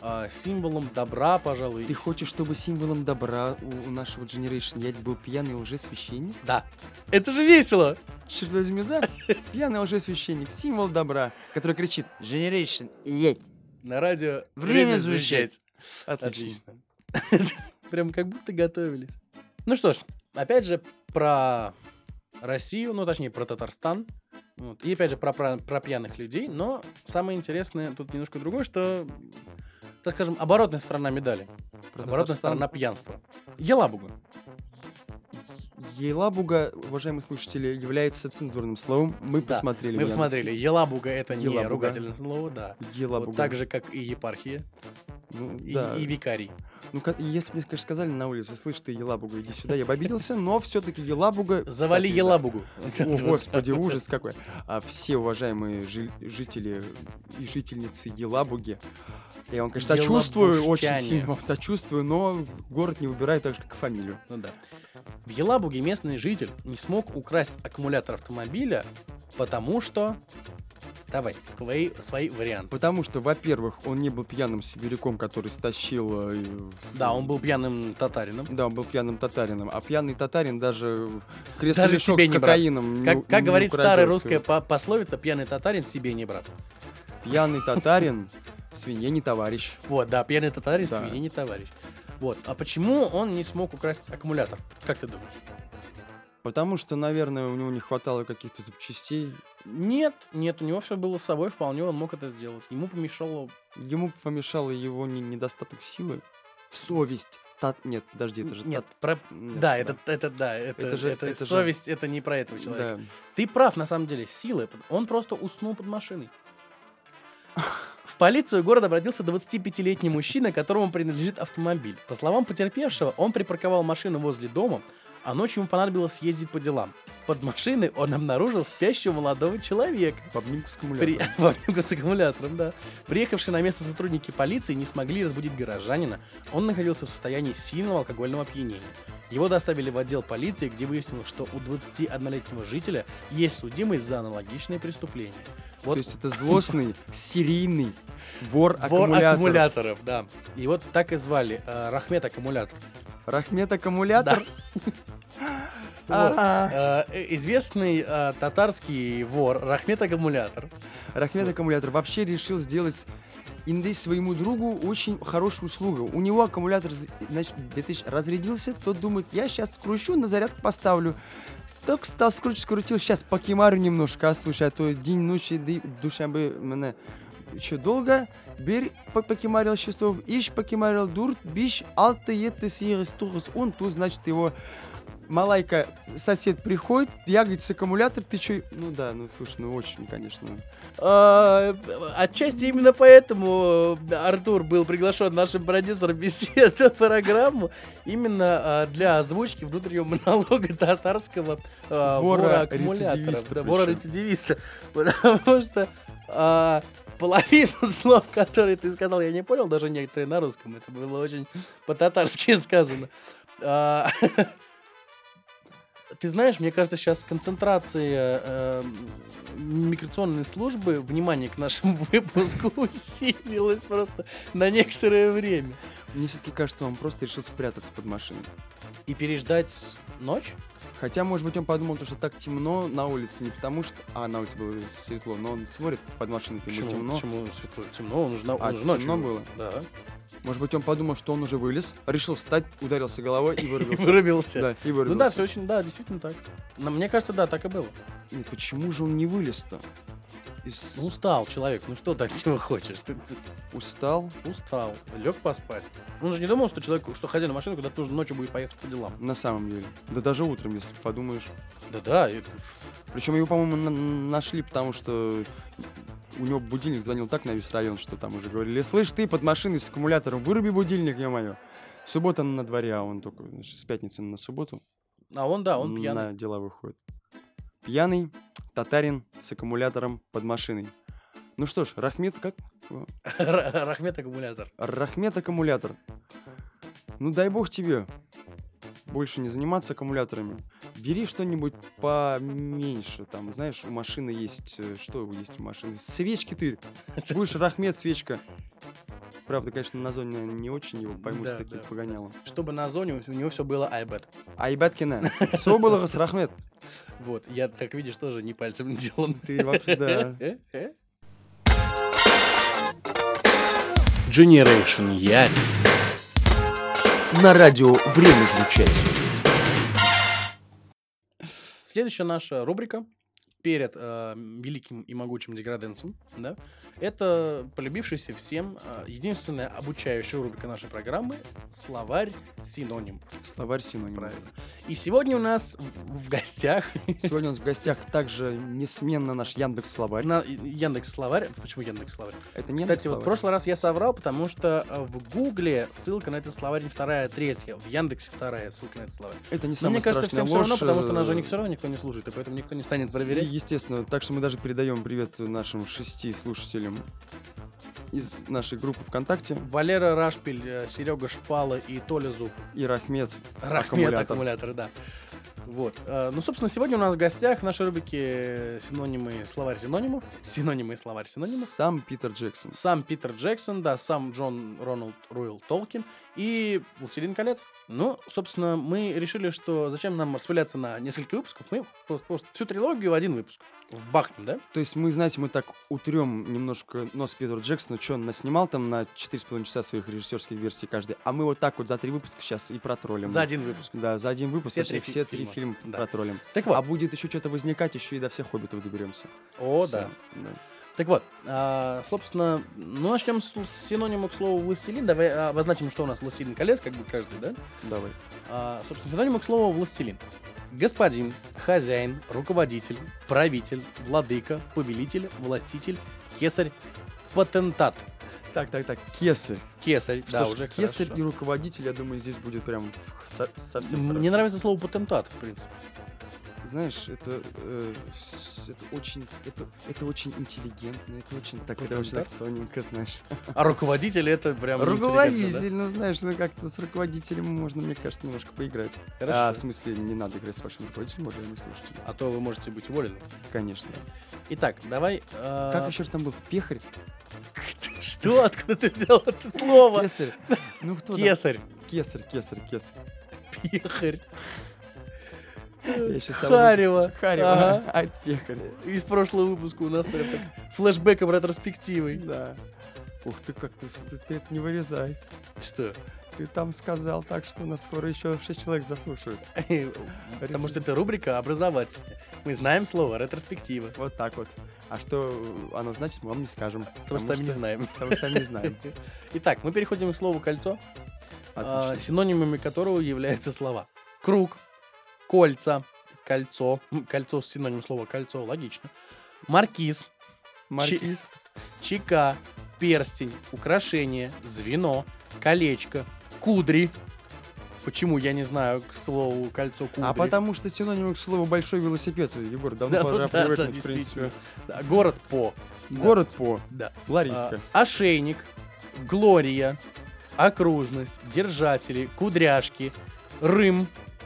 добра, пожалуй. Ты хочешь, чтобы символом добра у нашего Generation Yell был пьяный лжесвященник? Да. Это же весело! Черт возьми, да? Пьяный лжесвященник, символ добра, который кричит: Generation Yell. На радио Время звучать. Отлично. Прям как будто готовились. Ну что ж, опять же, про Россию, ну, точнее, про Татарстан. Вот. И опять же, про пьяных людей. Но самое интересное тут немножко другое, что, так скажем, оборотная сторона медали. Про Оборотная Татарстан. сторона пьянства. Елабуга. Елабуга, уважаемые слушатели, является цензурным словом. Мы Да, посмотрели. Мы в Яндексе. посмотрели. Елабуга — это не Елабуга. ругательное слово, да. Елабуга. Вот так же, как и епархия, Ну, и, да. и викарий. Ну, если мне, конечно, сказали на улице: «Слышь, ты, Елабуга, иди сюда», я бы обиделся, но все-таки Елабуга... Завали кстати, да. Елабугу. О, господи, ужас какой. Все уважаемые жители и жительницы Елабуги, я вам, конечно, сочувствую, очень Елабужчане. сильно вам сочувствую, но город не выбираю так же, как и фамилию. Ну да. В Елабуге местный житель не смог украсть аккумулятор автомобиля, потому что... Давай, свои варианты. Потому что, во-первых, он не был пьяным сибиряком, который стащил... Да, он был пьяным татарином. Да, он был пьяным татарином. А пьяный татарин даже Даже кресло-мешок себе с не брат. кокаином Как не говорит украдет. старая русская пословица, пьяный татарин себе не брат. Пьяный татарин свинье не товарищ. Вот, да, пьяный татарин Да. свиньи не товарищ. Вот, а почему он не смог украсть аккумулятор? Как ты думаешь? Потому что, наверное, у него не хватало каких-то запчастей. Нет, у него все было с собой, вполне он мог это сделать. Ему помешало... Ему помешало его недостаток силы. Совесть. Нет, подожди, это же... Нет, Нет, да, да. это же- это это же- совесть, это не про этого человека. Да. Ты прав, на самом деле, силы. Он просто уснул под машиной. В полицию города обратился 25-летний мужчина, которому принадлежит автомобиль. По словам потерпевшего, он припарковал машину возле дома, а ночью ему понадобилось съездить по делам. Под машиной он обнаружил спящего молодого человека. В обнимку с аккумулятором. В обнимку с аккумулятором, да. Приехавшие на место сотрудники полиции не смогли разбудить горожанина. Он находился в состоянии сильного алкогольного опьянения. Его доставили в отдел полиции, где выяснилось, что у 21-летнего жителя есть судимость за аналогичные преступления. Вот То есть это злостный, серийный вор вор аккумуляторов. аккумуляторов, да. И вот так и звали Рахмет Аккумулятор. Рахмет аккумулятор? Вот. Известный татарский вор Рахмет Аккумулятор. Рахмет аккумулятор вообще решил сделать инды своему другу очень хорошая услуга. У него аккумулятор, значит, 2000 разрядился, тот думает, я сейчас скручу, на зарядку поставлю. Так стал скрутил, сейчас покемарю немножко, слушай, а то день, ночи, душа бы меня еще долго. Bir покемарил часов, ищ покемарил дурт, биш, 6-7 он, тут, значит, его малайка, сосед приходит, я, говорит, с аккумулятор, ты чё? Ну да, ну слушай, ну очень, конечно. Отчасти именно поэтому Артур был приглашен нашим продюсером вести эту программу именно для озвучки внутреннего монолога татарского вора аккумуляторов. Да, вора-рецидивиста. Потому что половину слов, которые ты сказал, я не понял, даже некоторые на русском. Это было очень по-татарски сказано. Ты знаешь, мне кажется, сейчас концентрация миграционной службы, внимание к нашему выпуску усилилась просто на некоторое время. Мне все-таки кажется, он просто решил спрятаться под машиной. И переждать ночь? Хотя, может быть, он подумал, что так темно на улице, не потому что... на улице было светло, но он смотрит под машиной, ему темно. Почему светло? Темно, он же ночью. Темно было? Да. Может быть, он подумал, что он уже вылез, решил встать, ударился головой и вырубился. Вырубился. Да, и вырубился. Ну да, все очень, да, действительно так. Но мне кажется, да, так и было. Нет, почему же он не вылез-то? Ну, устал человек, ну что ты от него хочешь? Устал? Устал, лег поспать. Он же не думал, что человек, что хозяин машины куда-то нужно ночью будет поехать по делам. На самом деле. Да даже утром, если подумаешь. Да. Причем его, по-моему, нашли, потому что у него будильник звонил так на весь район, что там уже говорили, слышь, ты под машиной с аккумулятором, выруби будильник, ё-моё. Суббота на дворе, а он только, значит, с пятницы на субботу. А он, да, он пьяный. На дела выходит. Пьяный татарин с аккумулятором под машиной. Ну что ж, Рахмет как? Рахмет аккумулятор. Рахмет аккумулятор. Ну дай бог тебе больше не заниматься аккумуляторами. Бери что-нибудь поменьше. Там, знаешь, у машины есть... Что есть у машины? Свечки ты. Будешь Рахмет, свечка. Правда, конечно, на зоне, наверное, не очень его поймут с таким погонялом. Чтобы на зоне у него все было iBet. iBet кина. Все было с Рахмет. Вот, я, так видишь, тоже не пальцем делан. Ты вообще, да. Generation Yacht. На радио время звучать. Следующая наша рубрика перед великим и могучим деграденсом, да, это полюбившаяся всем единственная обучающая рубрика нашей программы «Словарь синоним». Словарь синоним. Правильно. И сегодня у нас в гостях... Сегодня у нас в гостях также несменно наш Яндекс.Словарь. Яндекс.Словарь. Почему Яндекс.Словарь? Это не Кстати, вот в прошлый раз я соврал, потому что в Гугле ссылка на этот словарь не вторая, а третья. В Яндексе вторая ссылка на этот словарь. Это не Но самое мне кажется, всем все равно, ложь, потому что нас же все равно никто не слушает, и поэтому никто не станет проверять. Естественно. Так что мы даже передаем привет нашим 6 слушателям из нашей группы ВКонтакте. Валера Рашпиль, Серега Шпала и Толя Зуб. И Рахмет аккумулятор, да. Вот. Ну, собственно, сегодня у нас в гостях в нашей рубрике синонимы словарь синонимов. Синонимы словарь синонимов. Сам Питер Джексон. Сам Питер Джексон, да, сам Джон Роналд Руэлл Толкин и «Властелин колец». Ну, собственно, мы решили, что зачем нам распыляться на несколько выпусков, мы просто всю трилогию в один выпуск вбахнем, да? То есть мы, знаете, мы так утрем немножко нос Питеру Джексону, что он наснимал там на 4,5 часа своих режиссерских версий каждый, а мы вот так вот за 3 выпуска сейчас и протроллим. За один выпуск. Да, за один выпуск все три фильма да. протроллим. Так вот. А будет еще что-то возникать, еще и до всех хоббитов доберемся. О, Все, да. Так вот, собственно, ну начнем с синонима к слову «властелин». Давай обозначим, что у нас «Властелин колец», как бы каждый, да? Давай. Собственно, синонима к слову «властелин». Господин, хозяин, руководитель, правитель, владыка, повелитель, властитель, кесарь, патентат. Так, кесарь. Кесарь, Что да, ж, уже кесарь хорошо. и руководитель, я думаю, здесь будет прям совсем Мне хорошо. нравится слово «патентат», в принципе. Знаешь, это очень интеллигентно, это очень так, это очень так тоненько, знаешь. А руководитель — это прям Руководитель, ну знаешь, ну как-то с руководителем можно, мне кажется, немножко поиграть. Хорошо. В смысле, не надо играть с вашим руководителем, уважаемые слушатели. А то вы можете быть уволены. Конечно. Итак, давай... Как еще раз там был? Пехарь? Что? Откуда ты взял это слово? Кесарь. Ну кто там? Кесарь. Кесарь. Пехарь. Я сейчас там Харева. Харева. Ага. А, это пехарь. Из прошлого выпуска у нас прям так флешбеком ретроспективой. Да. Ух ты, как ты это не вырезай. Что? Ты там сказал так, что нас скоро еще 6 человек заслушают. Потому что это рубрика образовательная. Мы знаем слово ретроспектива. Вот так вот. А что оно значит, мы вам не скажем. Потому что сами не знаем. Потому что сами не знаем. Итак, мы переходим к слову кольцо, Отлично. синонимами которого являются слова круг, кольца, кольцо. Кольцо синоним слова кольцо, логично. Маркиз, Маркиз. чека, перстень, украшение, звено, колечко, кудри. Почему, я не знаю, к слову кольцо кудри. А потому что синоним к слову большой велосипед, Егор, давно Да, пора ну да, привыкнуть, в действительно. принципе. Да, город по. Город по. Да. Лариска. Ошейник, глория, окружность, держатели, кудряшки, Рым,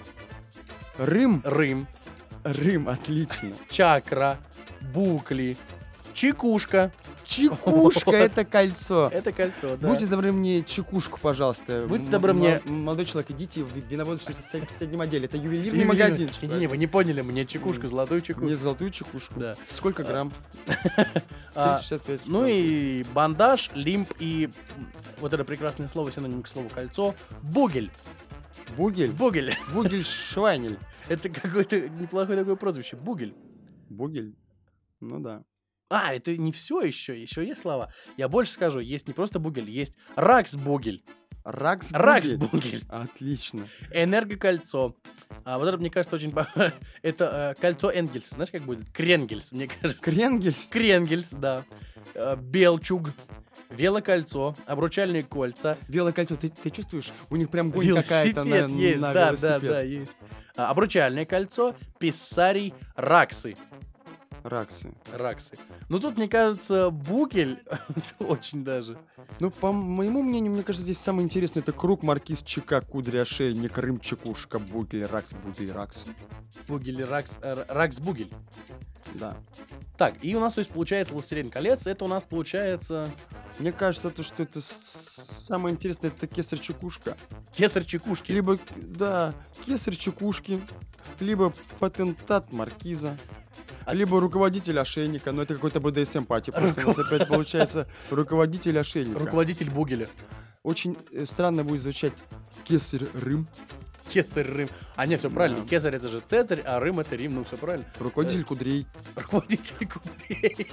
Рым. Рым, Отлично. чакра, букли, чекушка. Чекушка — это кольцо. Это кольцо, да. Будьте добры мне чекушку, пожалуйста. Будьте добры мне- Молодой человек, идите в виноводочном соседнем отделе. Это ювелирный магазин. Не, вы не поняли, мне чекушка, золотую Мне чекушку. золотую чекушку. Да. Сколько грамм? А, 765 Ну грамм. и бандаж, лимб и вот это прекрасное слово, синоним к слову кольцо, бугель. Бугель. Бугель. Бугель Швайнель. Это какое-то неплохое такое прозвище. Бугель. Бугель. Ну да. А, это не все еще есть слова. Я больше скажу, есть не просто бугель, есть раксбугель, Раксбугель. раксбугель, Отлично. энергокольцо. А вот это, мне кажется, очень... Это кольцо Энгельса. Знаешь, как будет? Кренгельс, мне кажется. Кренгельс. Кренгельс, да. Белчуг, велокольцо, обручальные кольца. Велокольцо. Ты чувствуешь? У них прям гонь какая-то Велосипед на есть, на да, велосипед. да, есть. Обручальное кольцо, писсарий, раксы. Раксы. Ну, тут, мне кажется, бугель очень даже. Ну, по моему мнению, мне кажется, здесь самое интересное — это круг, маркиз, чека, кудри, ошейник, Рым, чекушка, бугель, ракс, Бугель, раксбугель. Да. Так, и у нас, то есть, получается «Властелин колец». Это у нас получается Мне кажется, что это самое интересное — это кесарь чекушка. кесарь чекушки. Либо, да, кесарь чекушки, либо патентат маркиза, либо руководитель ошейника. Но это какой-то БДСМ-пати. Просто у нас опять получается руководитель ошейника. Руководитель бугеля. Очень странно будет звучать кесарь Рым, Кесарь Рим. А нет, все правильно. Да. Кесарь это же Цезарь, а Рим это Рим. Ну, все правильно. руководитель кудрей. Руководитель кудрей.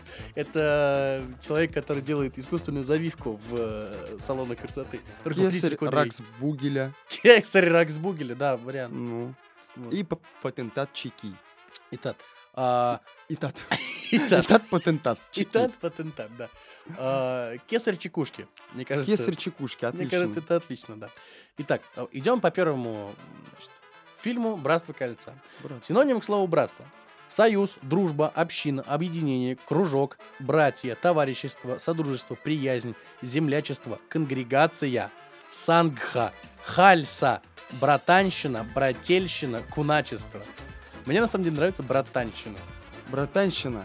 Это человек, который делает искусственную завивку в салонах красоты. Руководитель Кесарь кудрей. Раксбугеля. Кесарь Раксбугеля, да, вариант. Ну. Вот. И патентат чеки. Итак, Итат. итак, Итат патентат. чеки. итак, патентат, да. Кесарь чекушки. Мне кажется, Кесарь чекушки, мне отлично. кажется, это отлично, да. Итак, идем по первому значит, фильму «Братство кольца». Брат. Синоним к слову «братство». Союз, дружба, община, объединение, кружок, братья, товарищество, содружество, приязнь, землячество, конгрегация, сангха, хальса, братанщина, брательщина, куначество. Мне на самом деле нравится братанщина. Братанщина.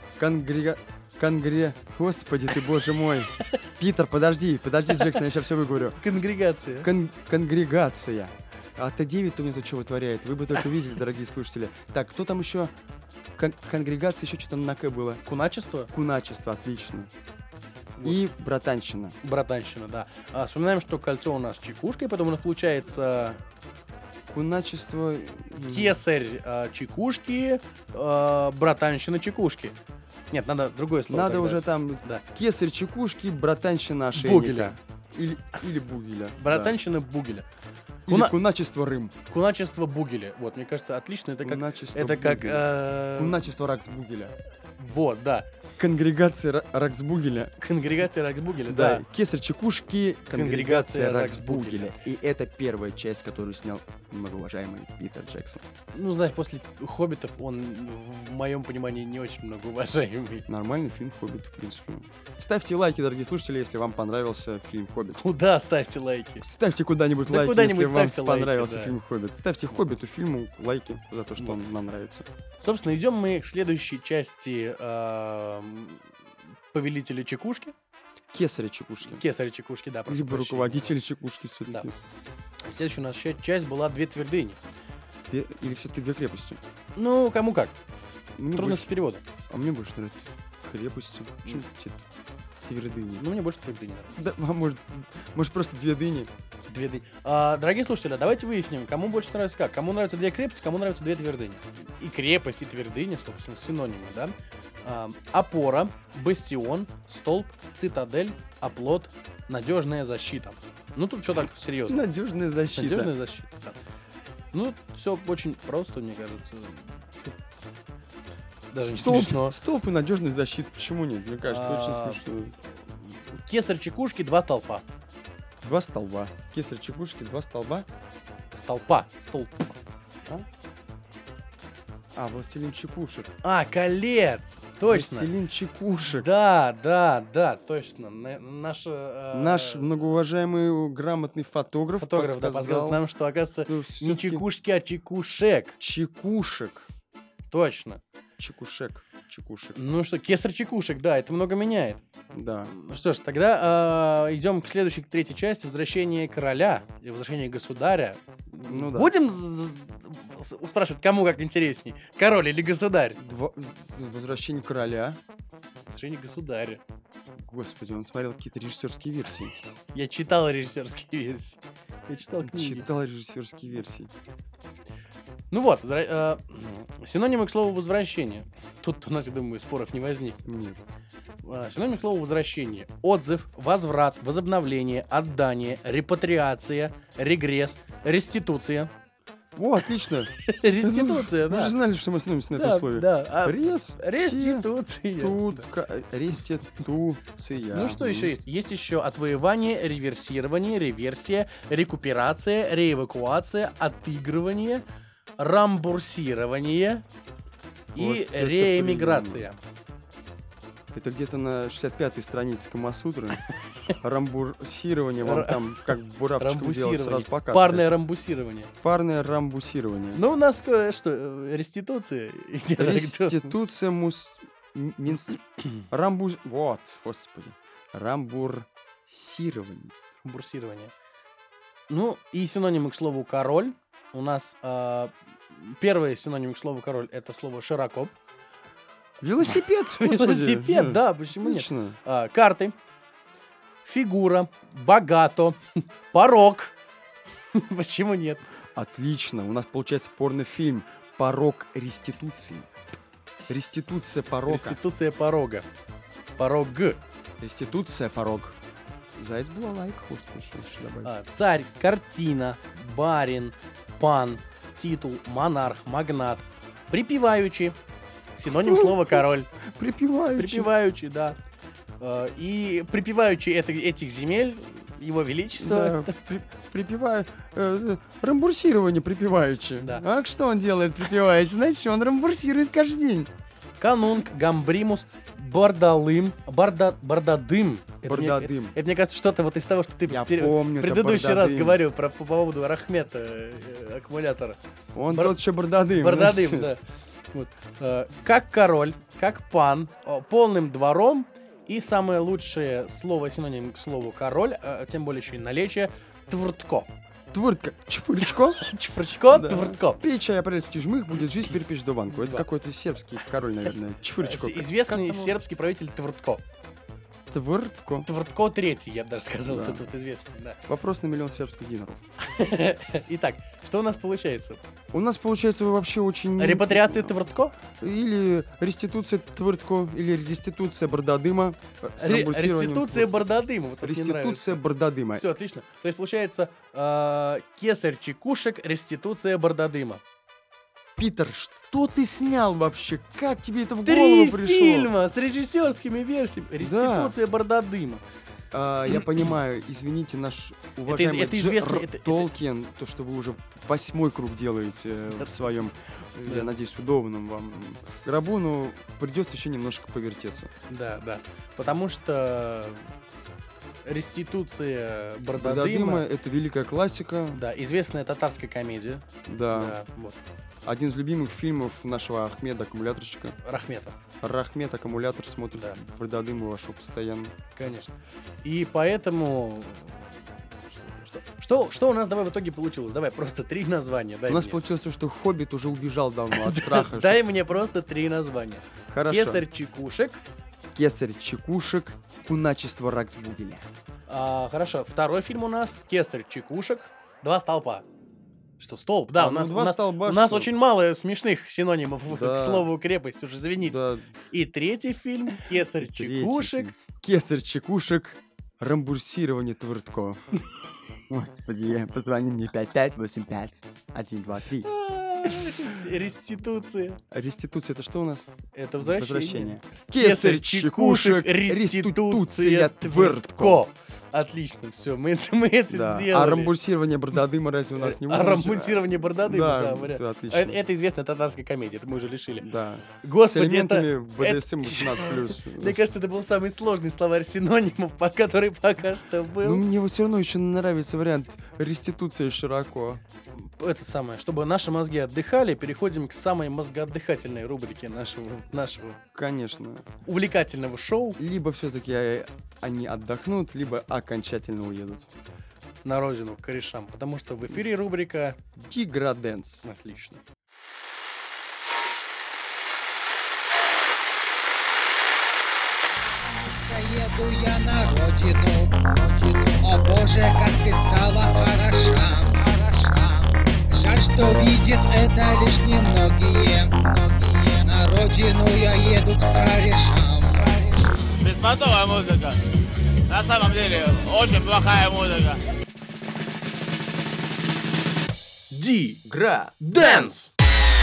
Господи ты, боже мой. Питер, подожди, Джексон, я сейчас все выговорю. Конгрегация. Конгрегация. А Т9 у меня тут что вытворяет? Вы бы только видели, дорогие слушатели. Так, кто там еще? Конгрегация, еще что-то на К было. Куначество? Куначество, отлично. Вот. И братанщина. Братанщина, да. Вспоминаем, что кольцо у нас чекушка, и потом у нас получается Куначество... кесарь чекушки, братанщина чекушки. Нет, надо другое слово. Надо тогда. уже там Да. кесарь чекушки, братанщина ошейника. Бугеля. Или бугеля. Братанщина бугеля. Да. Или Куна- куначество Рым. Куначество бугеля. Вот, мне кажется, отлично. Это как... Куначество Это как... Бугеля. Куначество Раксбугеля. Вот, да. Конгрегация Раксбугеля. Конгрегация Раксбугеля, да. Да, кесарь чекушки, Конгрегация конгрегация Раксбугеля. Раксбугеля. И это первая часть, которую снял многоуважаемый Питер Джексон. Ну, знаешь, после «Хоббитов» он, в моем понимании, не очень многоуважаемый. Нормальный фильм «Хоббит», в принципе. Ставьте лайки, дорогие слушатели, если вам понравился фильм «Хоббит». Куда ставьте лайки? Ставьте куда-нибудь Да лайки, куда-нибудь если вам ставьте лайки, понравился да. фильм «Хоббит». Ставьте «Хоббиту» фильму лайки за то, что Вот. он нам нравится. Собственно, идем мы к следующей части повелителя чекушки. Кесаря чекушки. Кесаря чекушки, да, прошу Либо прощения. руководителя чекушки все-таки. Да. Следующая у нас часть была «Две твердыни». Или все-таки две крепости. Ну, кому как. Мне Трудность больше, перевода. а мне больше нравится крепости. Почему твердыни. Ну, мне больше твердыни нравится. Да, а может просто 2 дыни. 2 дыни. Дорогие слушатели, давайте выясним, кому больше нравится как. Кому нравятся 2 крепости, кому нравятся 2 твердыни. И крепость, и твердыня, собственно, синонимы, да? Опора, бастион, столб, цитадель, оплот, надежная защита. Ну, тут что так серьезно? Надежная защита. Надежная защита, да. Ну, все очень просто, мне кажется. Тут даже не смешно. Столб и надежная защита. Почему нет? Мне кажется, А, очень смешно. Кесарь чекушки, 2 столпа. 2 столба. Кесарь чекушки, 2 столба. Столп. Властелин чекушек. Колец! Точно. Властелин чекушек. Да, точно. Наш Наш многоуважаемый грамотный фотограф да, подсказал, подсказал нам, что, оказывается, что не всё-таки чекушки, а чекушек. чекушек. Точно. Чекушек. Ну что, кесарь чекушек, да, это много меняет. Да. Ну что ж, тогда идем к следующей, к 3-й части. Возвращение короля и возвращение государя. Ну да. Будем спрашивать, кому как интересней, король или государь? Возвращение короля. Возвращение государя. Господи, он смотрел какие-то режиссерские версии. Я читал режиссерские версии. Я читал книги. Читал режиссерские версии. Ну вот, синонимы к слову возвращение. Тут у нас, я думаю, споров не возникнет. Нет. Синоним к слову возвращение. Отзыв, возврат, возобновление, отдание, репатриация, регресс, реституция. О, отлично. Реституция, Вы да. же знали, что мы остановимся на этом слове. Да. Реституция. Реституция. Ну что еще есть? Есть еще отвоевание, реверсирование, реверсия, рекуперация, реэвакуация, отыгрывание, рамбурсирование и Вот это реэмиграция. Это где-то на 65-й странице Камасутры. Рамбурсирование вам там, как буравчиком делать, сразу показывает. Парное рамбусирование. Парное рамбусирование. Ну, у нас что? Реституция? Реституция Вот, господи. Рамбурсирование. Рамбурсирование. Ну, и синонимы к слову король. У нас первый синоним к слову король — это слово широко. Велосипед, господи. Велосипед, да, почему нет? Отлично. Карты, фигура, богато, порог. Почему нет? Отлично. У нас получается порнофильм «Порог реституции». Реституция порока. Реституция порога. Порог. Реституция порог. Заяц была лайк, господи, что еще добавить? Царь, картина, барин, пан, титул, монарх, магнат. Припеваючи. Синоним слова король. Припеваючи. Припеваючи, да. И припеваючи этих земель, его величество. Да, припеваю. Рамбурсирование припеваючи. Да. А что он делает припеваючи? Значит, он рамбурсирует каждый день. Канунг, гамбримус, бардалым, бардадым. Бардадым. Это мне кажется, что-то вот из того, что ты Я помню, в это предыдущий раз бардадым. говорил по поводу Арахмета, аккумулятора. Он тот еще бардадым. Бардадым, значит. да. Вот. Как король, как пан, полным двором. И самое лучшее слово, синоним к слову король, тем более еще и наличие, твуртко. Твыртка. Чфырчко. Чфрчко, Да. твуртко. Печай апрельский жмых будет жизнь перепись до ванку. Это Да. какой-то сербский король, наверное. Чфырчко. Известный Как там он? сербский правитель Твуртко. Твыртко. Твуртко третий, я бы даже сказал, Да. этот вот известный, да. Вопрос на миллион сербских динаров. Итак, что у нас получается? У нас, получается, вы вообще очень... Репатриация Твуртко? Или реституция Твыртко, или реституция Бардадыма. С рамбурсированием Реституция Твыртко. Бардадыма. Вот это мне Реституция нравится. Бардадыма. Все, отлично. То есть получается кесарь чекушек, реституция Бардадыма. Питер, что ты снял вообще? Как тебе это в 3 голову пришло? фильма с режиссерскими версиями. Реституция Бардадыма. Я понимаю, извините, наш уважаемый это известно, это- Толкин, то, что вы уже 8-й круг делаете в своем, Да. я надеюсь, удобном вам гробу, но придется еще немножко повертеться. Да. Потому что реституция Бардадыма Бардадыма. — это великая классика, Да, известная татарская комедия. да. Да, вот. Один из любимых фильмов нашего Ахмеда, аккумуляторщика. Рахмета, Рахмет, аккумулятор, смотрит Да. Бардадыму вашу постоянно. конечно. И поэтому... Что у нас, давай, в итоге получилось? Давай, просто 3 названия. Дай У нас мне. получилось то, что Хоббит уже убежал давно от страха. Дай мне просто 3 названия. Хорошо. Кесарь чекушек, Кесарь чекушек, куначество Раксбугеля. Хорошо. Второй фильм у нас «Кесарь чекушек. Два столпа». Что, столб? Да, у нас очень мало смешных синонимов к слову крепость, уж извините. Да. И третий фильм «Кесарь чекушек». Кесарь чекушек, рамбурсирование Твертко. Господи, позвони мне 5585-123. Реституция. Реституция это что у нас? Это возвращение. Кесарь чекушек, реституция Твертко. Отлично, все, мы это сделали. А рамбурсирование Брододыма разве у нас не может? А рамбурсирование Брододыма, да, да, отлично. Это известная татарская комедия, это мы уже решили. Да. Господи, с элементами БДСМ 18+. Мне кажется, это был самый сложный словарь синонимов, который пока что был. Ну, мне вот все равно еще нравится вариант реституция широко. Это самое, чтобы наши мозги отдыхали, переходим к самой мозгоотдыхательной рубрике нашего Конечно. увлекательного шоу. Либо все-таки они отдохнут, либо окончательно уедут. На родину, к корешам. Потому что в эфире рубрика Деграденс. Отлично. Еду я на родину, о боже, как ты стала хороша. Жаль, что видят это лишь немногие. На родину я еду к корешам. Беспонтовая музыка. На самом деле, очень плохая музыка. Деграденс!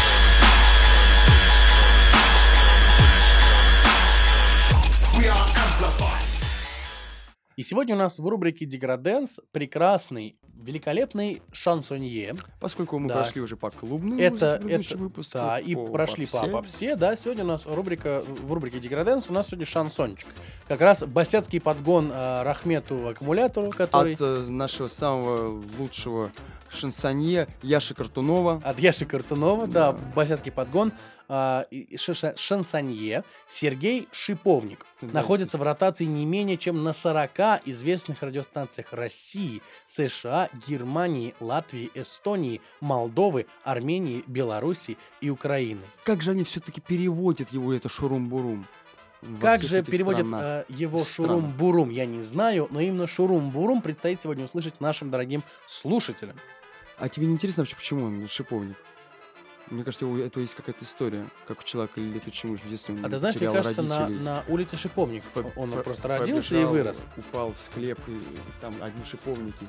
И сегодня у нас в рубрике «Деграденс» прекрасный, великолепный шансонье. Поскольку мы прошли уже по клубным выпускам, да, и прошли по попсе, да, сегодня у нас в рубрике «Деграденс» у нас сегодня шансончик. Как раз босяцкий подгон Рахмету Аккумулятору, который... От нашего самого лучшего шансонье Яши Картунова. От Яши Картунова, да, босяцкий подгон. Шансонье Сергей Шиповник находится в ротации не менее чем на 40 известных радиостанциях России, США, Германии, Латвии, Эстонии, Молдовы, Армении, Белоруссии и Украины. Как же они все-таки переводят его, это шурум-бурум? Как же переводят его шурум-бурум, я не знаю, но именно шурум-бурум предстоит сегодня услышать нашим дорогим слушателям. А тебе не интересно вообще, почему он шиповник? Мне кажется, у этого есть какая-то история, как у человека летучий мышь в детстве. А ты знаешь, мне кажется, на улице Шиповников он просто родился и вырос. Упал в склеп, и там одни шиповники.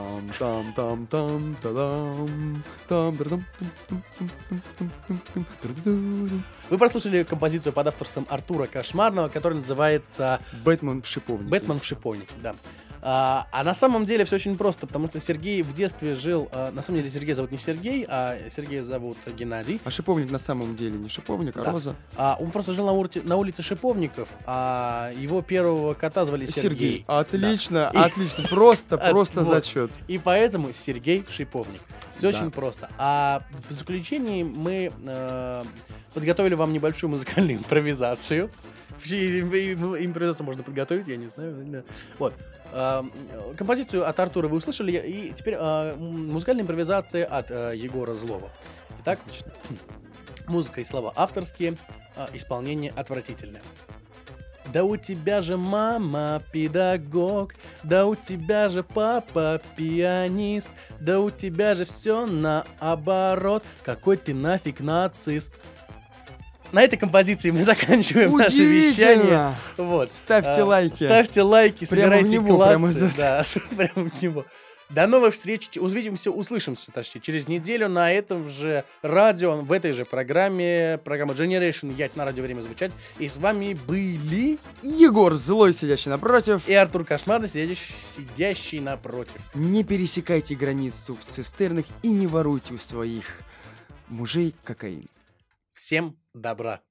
Там. Вы прослушали композицию под авторством Артура Кошмарного, которая называется «Бэтмен в шиповнике». «Бэтмен в шиповнике», да. А на самом деле все очень просто, потому что Сергей в детстве жил... на самом деле Сергей зовут не Сергей, а Сергея зовут Геннадий. А шиповник на самом деле не шиповник, а роза. Он просто жил на улице Шиповников, а его первого кота звали Сергей. Отлично, да. Отлично, просто зачет. И поэтому Сергей Шиповник. Все очень просто. А в заключении мы подготовили вам небольшую музыкальную импровизацию. Импровизацию можно подготовить, я не знаю. Вот. Композицию от Артура вы услышали, и теперь музыкальная импровизация от Егора Злова. Итак, музыка и слова авторские, исполнение отвратительное. Да у тебя же мама педагог, да у тебя же папа пианист, да у тебя же все наоборот, какой ты нафиг нацист. На этой композиции мы заканчиваем наше вещание. Вот. Ставьте лайки. Ставьте лайки, собирайте классы. Да, прямо в него. До новых встреч. Услышимся, точнее, через неделю на этом же радио, в этой же программа Generation Ять на радио «Время звучать». И с вами были Егор Злой, сидящий напротив, и Артур Кошмарный, сидящий напротив. Не пересекайте границу в цистернах и не воруйте у своих мужей кокаин. Всем добра.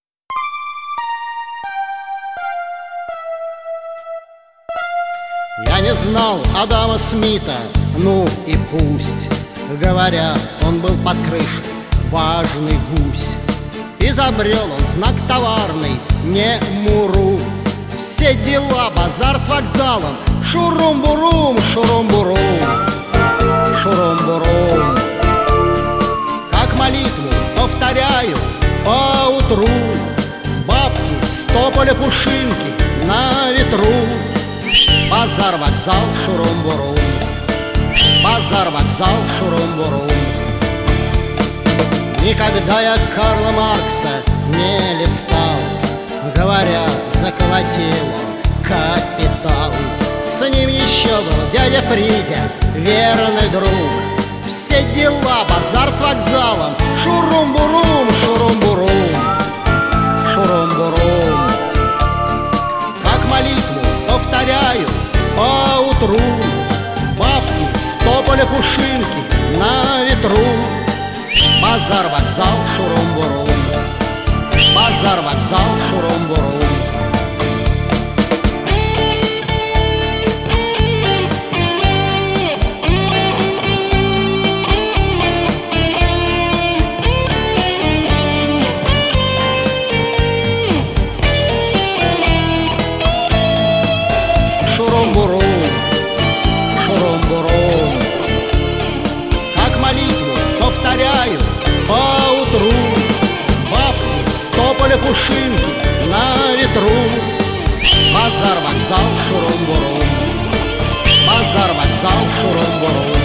Я не знал Адама Смита, ну и пусть. Говорят, он был под крышей важный гусь. Изобрел он знак товарный, не муру. Все дела, базар с вокзалом, шурум-бурум, шурум-бурум, шурум-бурум. Как молитву повторяю поутру, бабки стополя пушинки на ветру. Базар, вокзал, шурум-бурум. Базар, вокзал, шурум-бурум. Никогда я Карла Маркса не листал. Говорят, заколотил он капитал. С ним еще был дядя Фридя, верный друг. Все дела, базар с вокзалом. Шурум-бурум, шурум-бурум. Шурум-бурум. Как молитву повторяю поутру. Бабки с тополя пушинки на ветру. Базар, вокзал, шурум-бурум. Базар, вокзал, шурум-бурум. Шурум-бурум, шурум-бурум. Как молитву повторяю поутру. Бабки с тополя пушинки на ветру. Базар, вокзал, шурум-бурум. Базар, вокзал, шурум-бурум.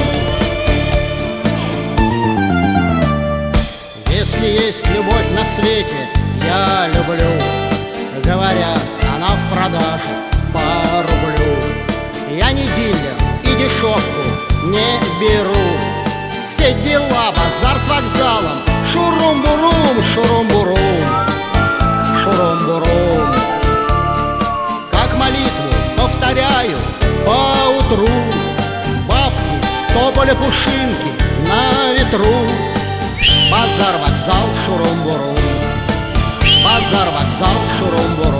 Если есть любовь на свете, я люблю. Говорят, она в продаже по рублю. Я не дилер и дешевку не беру. Все дела, базар с вокзалом. Шурум-бурум, шурум-бурум. Шурум-бурум. Как молитву повторяю поутру. Бабки с тополя пушинки на ветру. Базар, вокзал, шурум-бурум. Базар, вокзал, шурум-бурум.